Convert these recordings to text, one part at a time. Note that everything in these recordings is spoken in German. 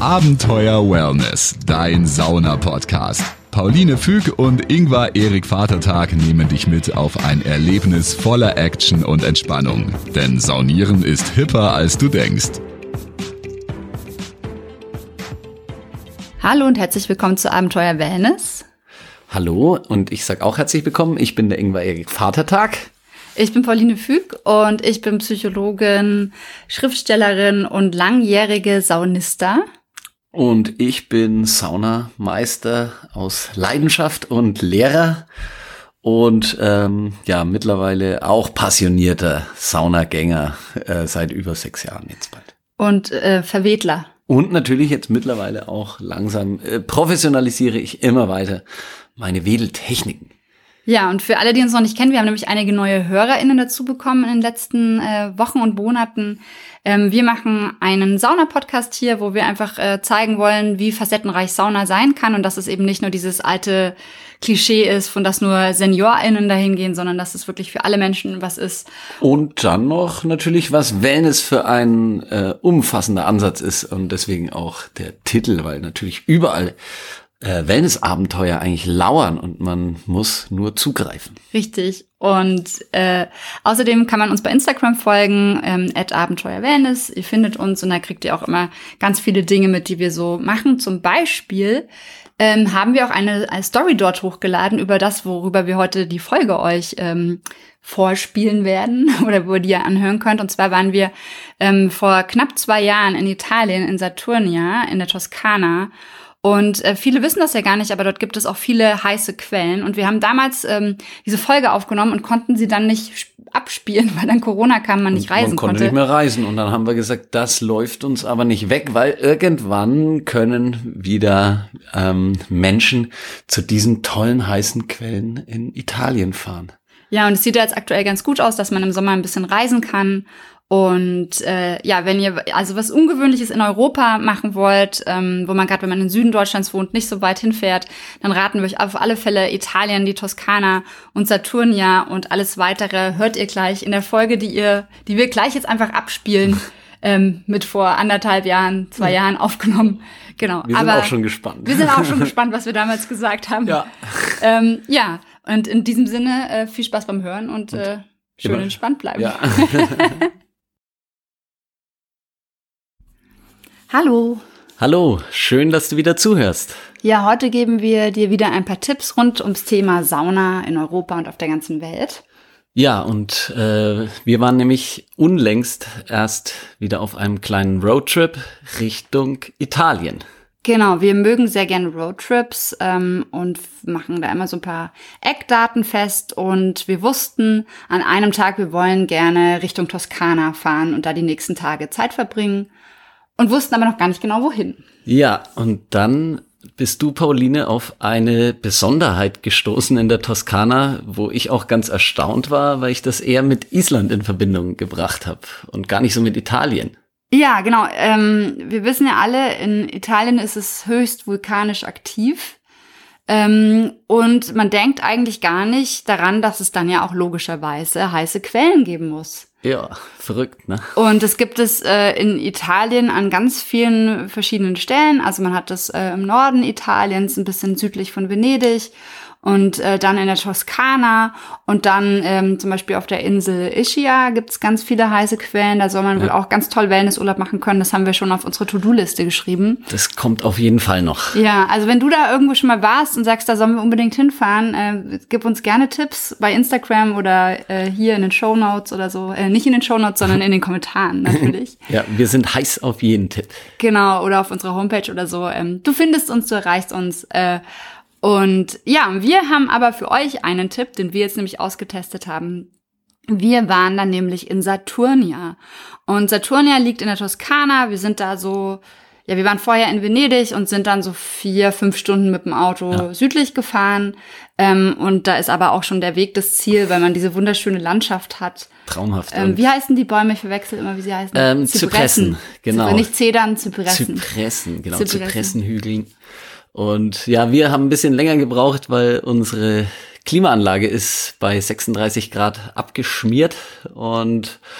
Abenteuer Wellness, dein Sauna-Podcast. Pauline Füg und Ingvar Erik Vatertag nehmen dich mit auf ein Erlebnis voller Action und Entspannung. Denn Saunieren ist hipper, als du denkst. Hallo und herzlich willkommen zu Abenteuer Wellness. Hallo und ich sag auch herzlich willkommen. Ich bin der Ingvar Erik Vatertag. Ich bin Pauline Füg und ich bin Psychologin, Schriftstellerin und langjährige Saunista. Und ich bin Saunameister aus Leidenschaft und Lehrer und mittlerweile auch passionierter Saunagänger seit über 6 Jahren jetzt bald. Und Verwedler. Und natürlich jetzt mittlerweile auch langsam professionalisiere ich immer weiter meine Wedeltechniken. Ja, und für alle, die uns noch nicht kennen, wir haben nämlich einige neue HörerInnen dazu bekommen in den letzten Wochen und Monaten. Wir machen einen Sauna-Podcast hier, wo wir einfach zeigen wollen, wie facettenreich Sauna sein kann und dass es eben nicht nur dieses alte Klischee ist, von dass nur SeniorInnen dahin gehen, sondern dass es wirklich für alle Menschen was ist. Und dann noch natürlich, was Wellness für ein umfassender Ansatz ist und deswegen auch der Titel, weil natürlich überall Wellness-Abenteuer eigentlich lauern und man muss nur zugreifen. Richtig. Und außerdem kann man uns bei Instagram folgen, @abenteuerwellness. Ihr findet uns und da kriegt ihr auch immer ganz viele Dinge mit, die wir so machen. Zum Beispiel haben wir auch eine Story dort hochgeladen über das, worüber wir heute die Folge euch vorspielen werden oder wo ihr die anhören könnt. Und zwar waren wir vor knapp 2 Jahren in Italien, in Saturnia, in der Toskana. Und viele wissen das ja gar nicht, aber dort gibt es auch viele heiße Quellen. Und wir haben damals diese Folge aufgenommen und konnten sie dann nicht abspielen, weil dann Corona kam, man nicht reisen konnte. Man konnte nicht mehr reisen. Und dann haben wir gesagt, das läuft uns aber nicht weg, weil irgendwann können wieder Menschen zu didiesen tollen heißen Quellen in Italien fahren. Ja, und es sieht ja jetzt aktuell ganz gut aus, dass man im Sommer ein bisschen reisen kann. Und wenn ihr also was Ungewöhnliches in Europa machen wollt, wo man gerade, wenn man im Süden Deutschlands wohnt, nicht so weit hinfährt, dann raten wir euch auf alle Fälle Italien, die Toskana und Saturnia und alles Weitere hört ihr gleich in der Folge, die wir gleich jetzt einfach abspielen, mit vor 1,5 Jahren, 2 Jahren aufgenommen. Genau. Wir sind auch schon gespannt. Wir sind auch schon gespannt, was wir damals gesagt haben. Ja. Und in diesem Sinne viel Spaß beim Hören und schön entspannt bleiben. Ja. Hallo. Hallo, schön, dass du wieder zuhörst. Ja, heute geben wir dir wieder ein paar Tipps rund ums Thema Sauna in Europa und auf der ganzen Welt. Ja, und wir waren nämlich unlängst erst wieder auf einem kleinen Roadtrip Richtung Italien. Genau, wir mögen sehr gerne Roadtrips und machen da immer so ein paar Eckdaten fest. Und wir wussten an einem Tag, wir wollen gerne Richtung Toskana fahren und da die nächsten Tage Zeit verbringen. Und wussten aber noch gar nicht genau, wohin. Ja, und dann bist du, Pauline, auf eine Besonderheit gestoßen in der Toskana, wo ich auch ganz erstaunt war, weil ich das eher mit Island in Verbindung gebracht habe und gar nicht so mit Italien. Ja, genau. Wir wissen ja alle, in Italien ist es höchst vulkanisch aktiv. Und man denkt eigentlich gar nicht daran, dass es dann ja auch logischerweise heiße Quellen geben muss. Ja, verrückt, ne? Und das gibt es in Italien an ganz vielen verschiedenen Stellen. Also man hat das im Norden Italiens, ein bisschen südlich von Venedig und dann in der Toskana und dann zum Beispiel auf der Insel Ischia gibt's ganz viele heiße Quellen. Da soll man wohl auch ganz toll Wellnessurlaub machen können. Das haben wir schon auf unsere To-Do-Liste geschrieben. Das kommt auf jeden Fall noch. Ja, also wenn du da irgendwo schon mal warst und sagst, da sollen wir unbedingt hinfahren, gib uns gerne Tipps bei Instagram oder hier in den Shownotes oder so. Nicht in den Shownotes, sondern in den Kommentaren natürlich. Ja, wir sind heiß auf jeden Tipp. Genau, oder auf unserer Homepage oder so. Du findest uns, du erreichst uns. Und ja, wir haben aber für euch einen Tipp, den wir jetzt nämlich ausgetestet haben. Wir waren dann nämlich in Saturnia. Und Saturnia liegt in der Toskana. Wir sind da so, ja, wir waren vorher in Venedig und sind dann so 4-5 Stunden mit dem Auto südlich gefahren. Und da ist aber auch schon der Weg das Ziel, weil man diese wunderschöne Landschaft hat. Traumhaft. Wie heißen die Bäume? Ich verwechsel immer, wie sie heißen. Zypressen, genau. Nicht Zedern, Zypressen. Zypressen, genau. Zypressenhügeln. Und ja, wir haben ein bisschen länger gebraucht, weil unsere Klimaanlage ist bei 36 Grad abgeschmiert und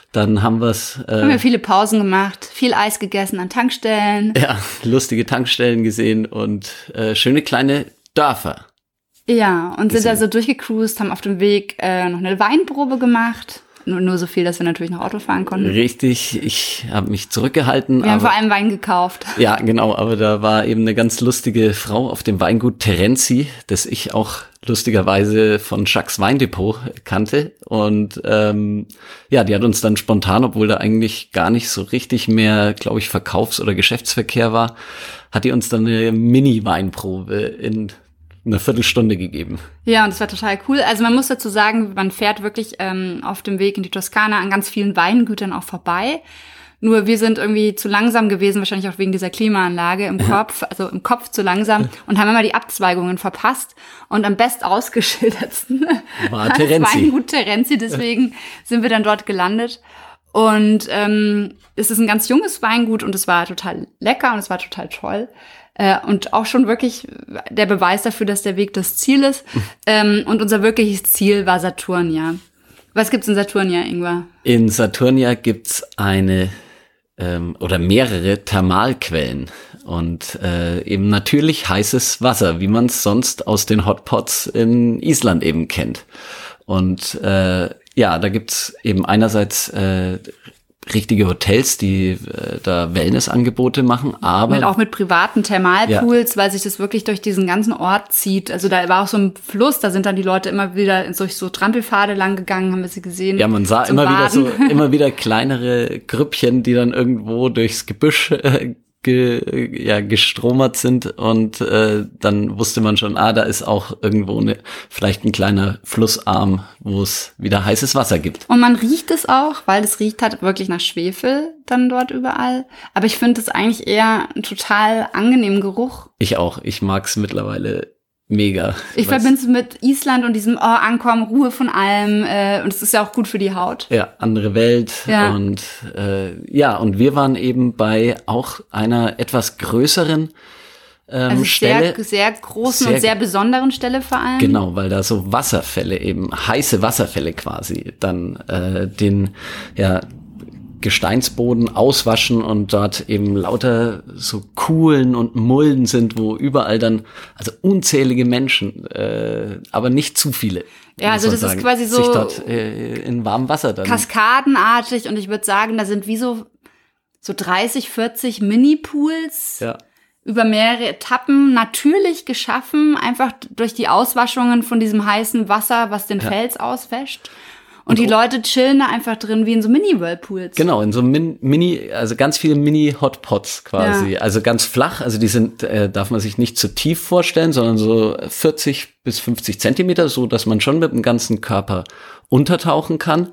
Dann haben wir haben wir viele Pausen gemacht, viel Eis gegessen an Tankstellen. Ja, lustige Tankstellen gesehen und schöne kleine Dörfer. Ja, und sind da so durchgecruised, haben auf dem Weg noch eine Weinprobe gemacht. Nur so viel, dass wir natürlich noch Auto fahren konnten. Richtig, ich habe mich zurückgehalten. Wir haben vor allem Wein gekauft. Ja, genau, aber da war eben eine ganz lustige Frau auf dem Weingut Terenzi, das ich auch lustigerweise von Jacques Weindepot kannte. Und ja, die hat uns dann spontan, obwohl da eigentlich gar nicht so richtig mehr, glaube ich, Verkaufs- oder Geschäftsverkehr war, hat die uns dann eine Mini-Weinprobe in eine Viertelstunde gegeben. Ja, und das war total cool. Also man muss dazu sagen, man fährt wirklich auf dem Weg in die Toskana an ganz vielen Weingütern auch vorbei. Nur wir sind irgendwie zu langsam gewesen, wahrscheinlich auch wegen dieser Klimaanlage im Kopf, also im Kopf zu langsam und haben immer die Abzweigungen verpasst. Und am best ausgeschildertsten war Terenzi. Weingut Terenzi, deswegen sind wir dann dort gelandet. Und es ist ein ganz junges Weingut und es war total lecker und es war total toll. Und auch schon wirklich der Beweis dafür, dass der Weg das Ziel ist. Und unser wirkliches Ziel war Saturnia. Was gibt's in Saturnia, Ingvar? In Saturnia gibt's eine oder mehrere Thermalquellen und eben natürlich heißes Wasser, wie man es sonst aus den Hotpots in Island eben kennt. Und ja, da gibt's eben einerseits richtige Hotels, die da Wellnessangebote machen, aber auch mit privaten Thermalpools, weil sich das wirklich durch diesen ganzen Ort zieht. Also da war auch so ein Fluss, da sind dann die Leute immer wieder durch so Trampelpfade lang gegangen, haben wir sie gesehen. Ja, man sah immer wieder kleinere Grüppchen, die dann irgendwo durchs Gebüsch gestromert sind und dann wusste man schon, da ist auch irgendwo vielleicht ein kleiner Flussarm, wo es wieder heißes Wasser gibt. Und man riecht es auch, weil es riecht halt wirklich nach Schwefel dann dort überall. Aber ich finde es eigentlich eher einen total angenehmen Geruch. Ich auch. Ich mag es mittlerweile mega. Ich verbinde es mit Island und diesem Ankommen, Ruhe von allem. Und es ist ja auch gut für die Haut. Ja, andere Welt. Ja. Und ja, und wir waren eben bei auch einer etwas größeren Stelle. Sehr großen und sehr besonderen Stelle vor allem. Genau, weil da so Wasserfälle eben, heiße Wasserfälle quasi, dann den Gesteinsboden auswaschen und dort eben lauter so Kuhlen und Mulden sind, wo überall dann, also unzählige Menschen, aber nicht zu viele. Ja, also das ist quasi so sich dort in warmem Wasser dann. Kaskadenartig und ich würde sagen, da sind wie so 30, 40 Mini-Pools. Ja. Über mehrere Etappen natürlich geschaffen, einfach durch die Auswaschungen von diesem heißen Wasser, was den Fels auswäscht. Und die Leute chillen da einfach drin wie in so Mini-Whirlpools. Genau, in so also ganz viele Mini-Hotpots quasi. Ja. Also ganz flach, also die sind, darf man sich nicht zu tief vorstellen, sondern so 40 bis 50 Zentimeter, so dass man schon mit dem ganzen Körper untertauchen kann.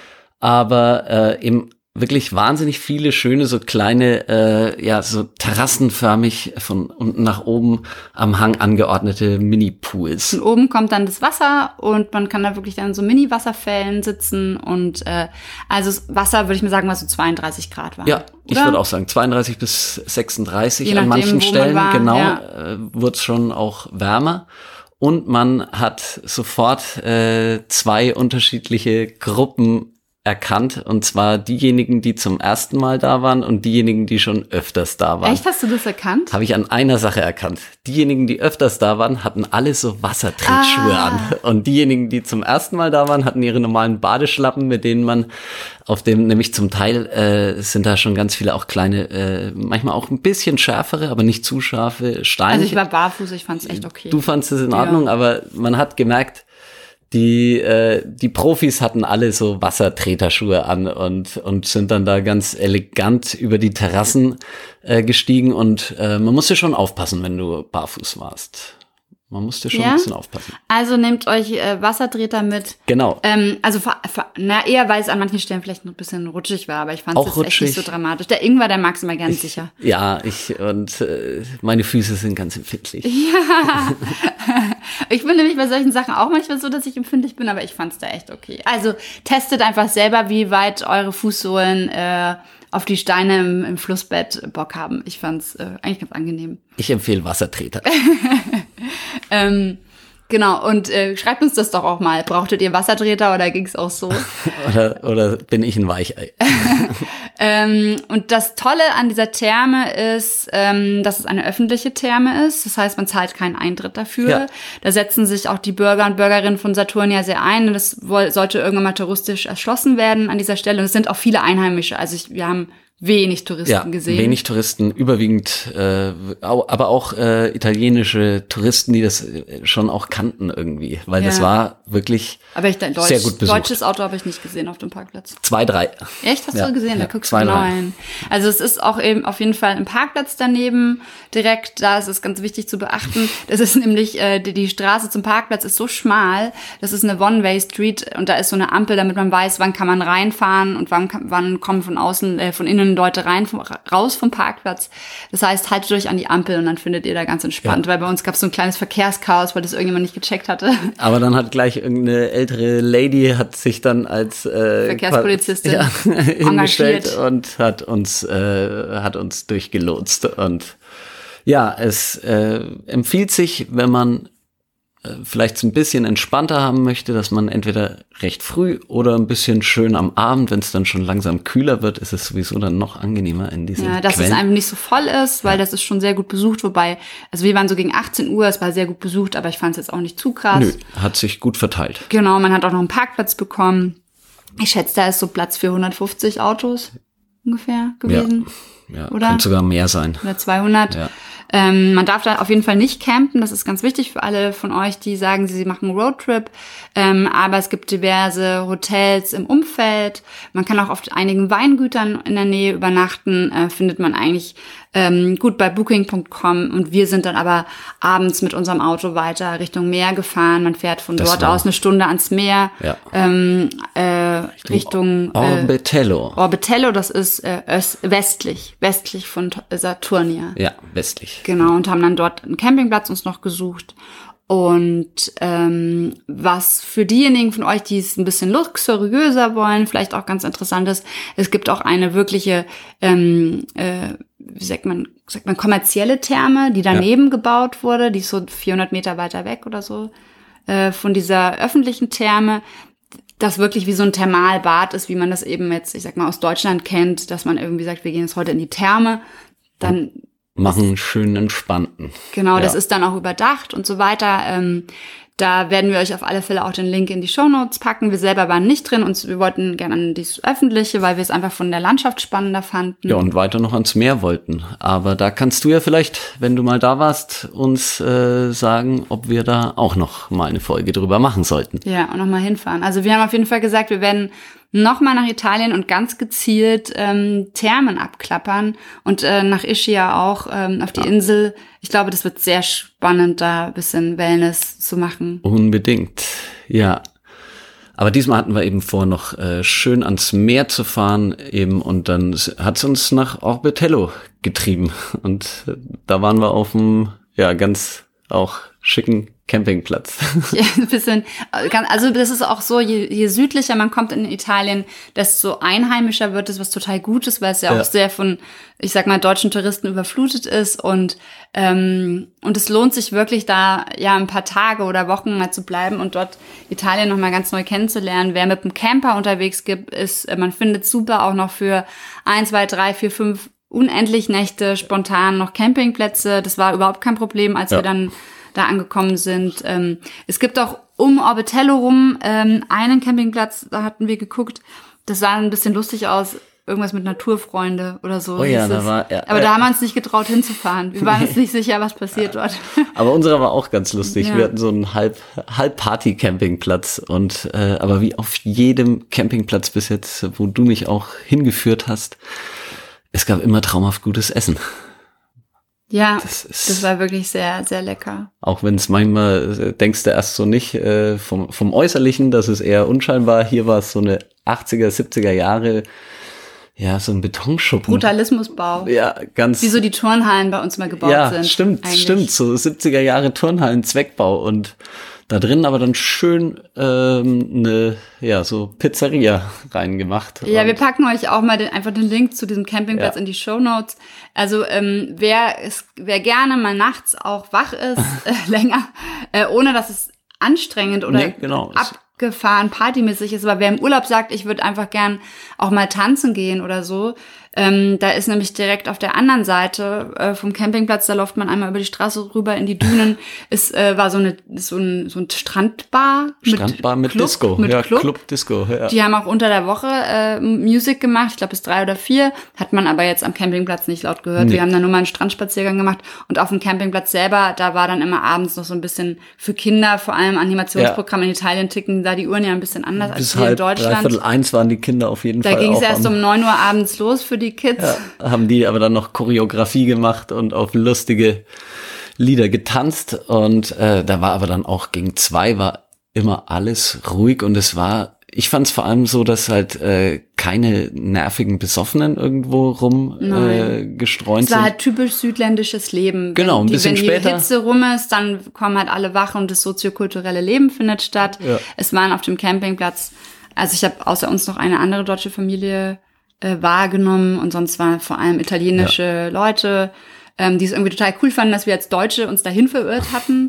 Aber eben wirklich wahnsinnig viele schöne, so kleine, so terrassenförmig von unten nach oben am Hang angeordnete Mini-Pools. Und oben kommt dann das Wasser und man kann da wirklich dann in so Mini-Wasserfällen sitzen und also das Wasser, würde ich mal sagen, war so 32 Grad warm. Ja, ich würde auch sagen 32 bis 36 Je an nachdem, manchen Stellen, war, genau, ja. Wurde es schon auch wärmer. Und man hat sofort 2 unterschiedliche Gruppen erkannt, und zwar diejenigen, die zum ersten Mal da waren und diejenigen, die schon öfters da waren. Echt, hast du das erkannt? Habe ich an einer Sache erkannt. Diejenigen, die öfters da waren, hatten alle so Wassertretschschuhe an. Und diejenigen, die zum ersten Mal da waren, hatten ihre normalen Badeschlappen, mit denen man auf dem, nämlich zum Teil sind da schon ganz viele auch kleine, manchmal auch ein bisschen schärfere, aber nicht zu scharfe Steine. Also ich war barfuß, ich fand es echt okay. Du fandst es in Ordnung, aber man hat gemerkt, die Profis hatten alle so Wassertreterschuhe an und sind dann da ganz elegant über die Terrassen gestiegen und man musste schon aufpassen, wenn du barfuß warst. Man musste schon ein bisschen aufpassen. Also nehmt euch Wassertreter mit. Genau. Also eher, weil es an manchen Stellen vielleicht noch ein bisschen rutschig war, aber ich fand es jetzt echt nicht so dramatisch. Der Ingwer, der mag es immer ganz sicher. Ja, meine Füße sind ganz empfindlich. Ja, ich bin nämlich bei solchen Sachen auch manchmal so, dass ich empfindlich bin, aber ich fand es da echt okay. Also testet einfach selber, wie weit eure Fußsohlen auf die Steine im Flussbett Bock haben. Ich fand's eigentlich ganz angenehm. Ich empfehle Wassertreter. Genau, und schreibt uns das doch auch mal. Brauchtet ihr Wassertreter oder ging's auch so? oder bin ich ein Weichei? Und das Tolle an dieser Therme ist, dass es eine öffentliche Therme ist. Das heißt, man zahlt keinen Eintritt dafür. Ja. Da setzen sich auch die Bürger und Bürgerinnen von Saturnia sehr ein. Und das sollte irgendwann mal touristisch erschlossen werden an dieser Stelle. Und es sind auch viele Einheimische. Also wir haben wenig Touristen gesehen. Wenig Touristen, überwiegend, aber auch italienische Touristen, die das schon auch kannten irgendwie, weil das war wirklich sehr gut besucht. Deutsches Auto habe ich nicht gesehen auf dem Parkplatz. 2, 3. Echt? Hast du gesehen? Da guckst du 2, genau 3. hin. Also es ist auch eben auf jeden Fall ein Parkplatz daneben direkt. Da ist es ganz wichtig zu beachten. Das ist nämlich, die Straße zum Parkplatz ist so schmal. Das ist eine One-Way-Street und da ist so eine Ampel, damit man weiß, wann kann man reinfahren und wann kommen von außen, von innen Leute raus vom Parkplatz. Das heißt, haltet euch an die Ampel und dann findet ihr da ganz entspannt, weil bei uns gab es so ein kleines Verkehrschaos, weil das irgendjemand nicht gecheckt hatte. Aber dann hat gleich irgendeine ältere Lady hat sich dann als Verkehrspolizistin hingestellt und hat uns durchgelotst. Und ja, es empfiehlt sich, wenn man vielleicht ein bisschen entspannter haben möchte, dass man entweder recht früh oder ein bisschen schön am Abend, wenn es dann schon langsam kühler wird, ist es sowieso dann noch angenehmer in diesen dass Quellen. es einem nicht so voll ist, weil das ist schon sehr gut besucht, wobei, also wir waren so gegen 18 Uhr, es war sehr gut besucht, aber ich fand es jetzt auch nicht zu krass. Nö, hat sich gut verteilt. Genau, man hat auch noch einen Parkplatz bekommen. Ich schätze, da ist so Platz für 150 Autos ungefähr gewesen. Ja, oder? Könnte sogar mehr sein. Oder 200. Ja. Man darf da auf jeden Fall nicht campen. Das ist ganz wichtig für alle von euch, die sagen, sie machen einen Roadtrip. Aber es gibt diverse Hotels im Umfeld. Man kann auch auf einigen Weingütern in der Nähe übernachten. Findet man eigentlich gut bei Booking.com. Und wir sind dann aber abends mit unserem Auto weiter Richtung Meer gefahren. Man fährt von dort aus eine Stunde ans Meer. Ja. Richtung Orbetello. Orbetello, das ist westlich von Saturnia. Ja, westlich. Genau, und haben dann dort einen Campingplatz uns noch gesucht. Und was für diejenigen von euch, die es ein bisschen luxuriöser wollen, vielleicht auch ganz interessant ist, es gibt auch eine wirkliche, wie sagt man, kommerzielle Therme, die daneben gebaut wurde, die ist so 400 Meter weiter weg oder so, von dieser öffentlichen Therme, das wirklich wie so ein Thermalbad ist, wie man das eben jetzt, ich sag mal, aus Deutschland kennt, dass man irgendwie sagt, wir gehen jetzt heute in die Therme, dann machen schön entspannten. Genau, das ist dann auch überdacht und so weiter. Da werden wir euch auf alle Fälle auch den Link in die Shownotes packen. Wir selber waren nicht drin und wir wollten gerne an das Öffentliche, weil wir es einfach von der Landschaft spannender fanden. Ja, und weiter noch ans Meer wollten. Aber da kannst du ja vielleicht, wenn du mal da warst, uns sagen, ob wir da auch noch mal eine Folge drüber machen sollten. Ja, und noch mal hinfahren. Also wir haben auf jeden Fall gesagt, wir werden noch mal nach Italien und ganz gezielt Thermen abklappern und nach Ischia auch auf die Insel. Ich glaube, das wird sehr spannend, da ein bisschen Wellness zu machen. Unbedingt, ja. Aber diesmal hatten wir eben vor, noch schön ans Meer zu fahren eben und dann hat es uns nach Orbetello getrieben und da waren wir auf einem ganz auch schicken Campingplatz. Ja, ein bisschen, also das ist auch so, je südlicher man kommt in Italien, desto einheimischer wird es, was total gut ist, weil es ja auch sehr von, ich sag mal, deutschen Touristen überflutet ist und es lohnt sich wirklich da ja ein paar Tage oder Wochen mal zu bleiben und dort Italien nochmal ganz neu kennenzulernen. Wer mit einem Camper unterwegs ist, man findet super auch noch für 1, 2, 3, 4, 5 unendlich Nächte spontan noch Campingplätze. Das war überhaupt kein Problem, als wir dann da angekommen sind. Es gibt auch um Orbetello rum einen Campingplatz, da hatten wir geguckt. Das sah ein bisschen lustig aus. Irgendwas mit Naturfreunde oder so. Oh ja, da war, aber da haben wir uns nicht getraut hinzufahren. Wir waren uns nicht sicher, was passiert dort. Aber unserer war auch ganz lustig. Ja. Wir hatten so einen halb Party-Campingplatz und aber wie auf jedem Campingplatz bis jetzt, wo du mich auch hingeführt hast, es gab immer traumhaft gutes Essen. Ja, das war wirklich sehr, sehr lecker. Auch wenn es manchmal, denkst du erst so nicht vom Äußerlichen, dass es eher unscheinbar. Hier war es so eine 80er, 70er Jahre, ja, so ein Betonschuppen. Brutalismusbau. Ja, ganz. Wie so die Turnhallen bei uns mal gebaut sind. Ja, stimmt. So 70er Jahre Turnhallen, Zweckbau und da drin aber dann schön so Pizzeria reingemacht. Ja, wir packen euch auch mal einfach den Link zu diesem Campingplatz in die Shownotes. Also wer gerne mal nachts auch wach ist, länger, ohne dass es anstrengend oder abgefahren partymäßig ist. Aber wer im Urlaub sagt, ich würde einfach gern auch mal tanzen gehen oder so, da ist nämlich direkt auf der anderen Seite vom Campingplatz, da läuft man einmal über die Straße rüber in die Dünen, war so ein Strandbar mit Club, Disco. mit Club Disco. Ja. Die haben auch unter der Woche Musik gemacht, ich glaube bis 3 oder 4, hat man aber jetzt am Campingplatz nicht laut gehört. Nee. Wir haben da nur mal einen Strandspaziergang gemacht und auf dem Campingplatz selber, da war dann immer abends noch so ein bisschen für Kinder, vor allem Animationsprogramm. In Italien ticken da die Uhren ja ein bisschen anders als hier in Deutschland. 12:45 waren die Kinder auf jeden Fall. Da ging es erst um 9 Uhr abends los für die Kids. Ja, haben die aber dann noch Choreografie gemacht und auf lustige Lieder getanzt und da war aber dann auch gegen 2 war immer alles ruhig und ich fand es vor allem so, dass halt keine nervigen Besoffenen irgendwo rumgestreunt sind. Es war halt typisch südländisches Leben. Genau, ein bisschen später. Wenn die Hitze rum ist, dann kommen halt alle wach und das soziokulturelle Leben findet statt. Ja. Es waren auf dem Campingplatz, also ich habe außer uns noch eine andere deutsche Familie wahrgenommen und sonst waren vor allem italienische Leute, die es irgendwie total cool fanden, dass wir als Deutsche uns dahin verirrt hatten.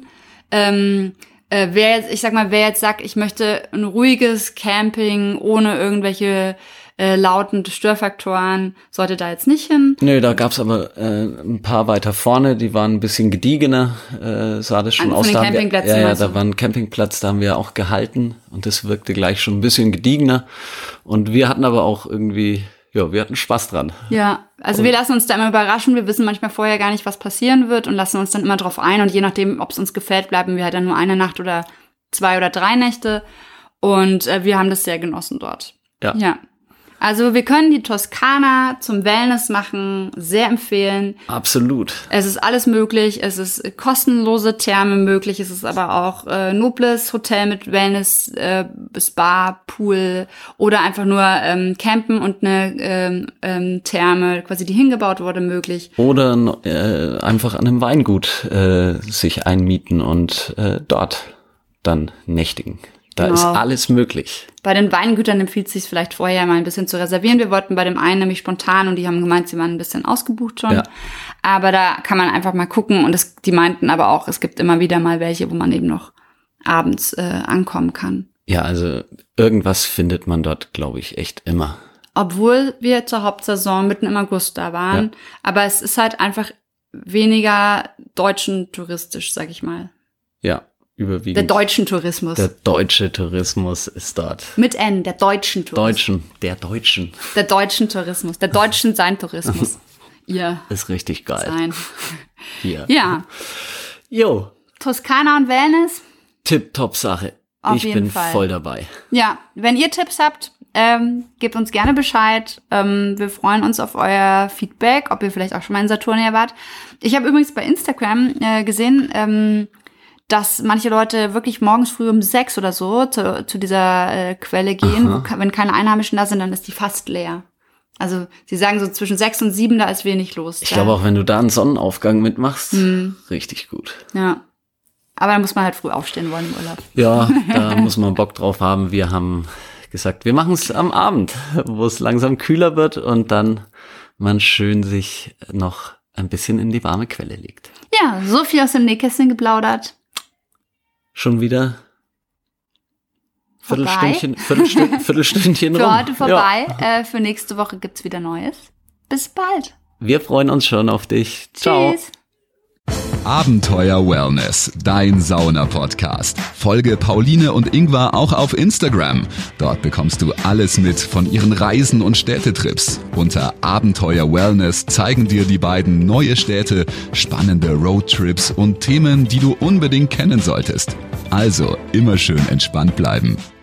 Wer jetzt sagt, ich möchte ein ruhiges Camping ohne irgendwelche lauten Störfaktoren, sollte da jetzt nicht hin. Nö, da gab's aber ein paar weiter vorne, die waren ein bisschen gediegener, sah das schon aus. Da war ein Campingplatz, da haben wir auch gehalten und das wirkte gleich schon ein bisschen gediegener und wir hatten aber auch irgendwie, wir hatten Spaß dran. Ja, also wir lassen uns da immer überraschen. Wir wissen manchmal vorher gar nicht, was passieren wird und lassen uns dann immer drauf ein. Und je nachdem, ob es uns gefällt, bleiben wir halt dann nur eine Nacht oder 2 oder 3 Nächte. Und wir haben das sehr genossen dort. Ja. Also wir können die Toskana zum Wellness machen, sehr empfehlen. Absolut. Es ist alles möglich, es ist kostenlose Therme möglich, es ist aber auch nobles Hotel mit Wellness, Spa, Pool oder einfach nur Campen und eine Therme, quasi die hingebaut wurde, möglich. Oder einfach an einem Weingut sich einmieten und dort dann nächtigen. Da ist alles möglich. Bei den Weingütern empfiehlt es sich vielleicht vorher mal ein bisschen zu reservieren. Wir wollten bei dem einen nämlich spontan und die haben gemeint, sie waren ein bisschen ausgebucht schon. Ja. Aber da kann man einfach mal gucken und die meinten aber auch, es gibt immer wieder mal welche, wo man eben noch abends ankommen kann. Ja, also irgendwas findet man dort, glaube ich, echt immer. Obwohl wir zur Hauptsaison mitten im August da waren. Ja. Aber es ist halt einfach weniger deutschen touristisch, sag ich mal. Ja. Überwiegend. Der deutschen Tourismus. Der deutsche Tourismus ist dort. Mit N, der deutschen Tourismus. Der deutschen Tourismus. Der deutschen Sein-Tourismus. Ja. Ist richtig geil. Sein. Hier. Ja. Jo. Toskana und Wellness. Tipptopp-Sache. Ich bin voll dabei. Ja, wenn ihr Tipps habt, gebt uns gerne Bescheid. Wir freuen uns auf euer Feedback, ob ihr vielleicht auch schon mal in Saturnia wart. Ich habe übrigens bei Instagram gesehen, dass manche Leute wirklich morgens früh um 6 oder so zu dieser Quelle gehen. Wenn keine Einheimischen da sind, dann ist die fast leer. Also sie sagen so zwischen 6 und 7, da ist wenig los. Ich glaube auch, wenn du da einen Sonnenaufgang mitmachst, richtig gut. Ja, aber dann muss man halt früh aufstehen wollen im Urlaub. Ja, da muss man Bock drauf haben. Wir haben gesagt, wir machen es am Abend, wo es langsam kühler wird und dann man schön sich noch ein bisschen in die warme Quelle legt. Ja, so viel aus dem Nähkästchen geplaudert. Schon wieder Viertelstündchen rum. Für heute vorbei. Ja. Für nächste Woche gibt's wieder Neues. Bis bald. Wir freuen uns schon auf dich. Ciao. Tschüss. Abenteuer Wellness, dein Sauna-Podcast. Folge Pauline und Ingvar auch auf Instagram. Dort bekommst du alles mit von ihren Reisen und Städtetrips. Unter Abenteuer Wellness zeigen dir die beiden neue Städte, spannende Roadtrips und Themen, die du unbedingt kennen solltest. Also immer schön entspannt bleiben.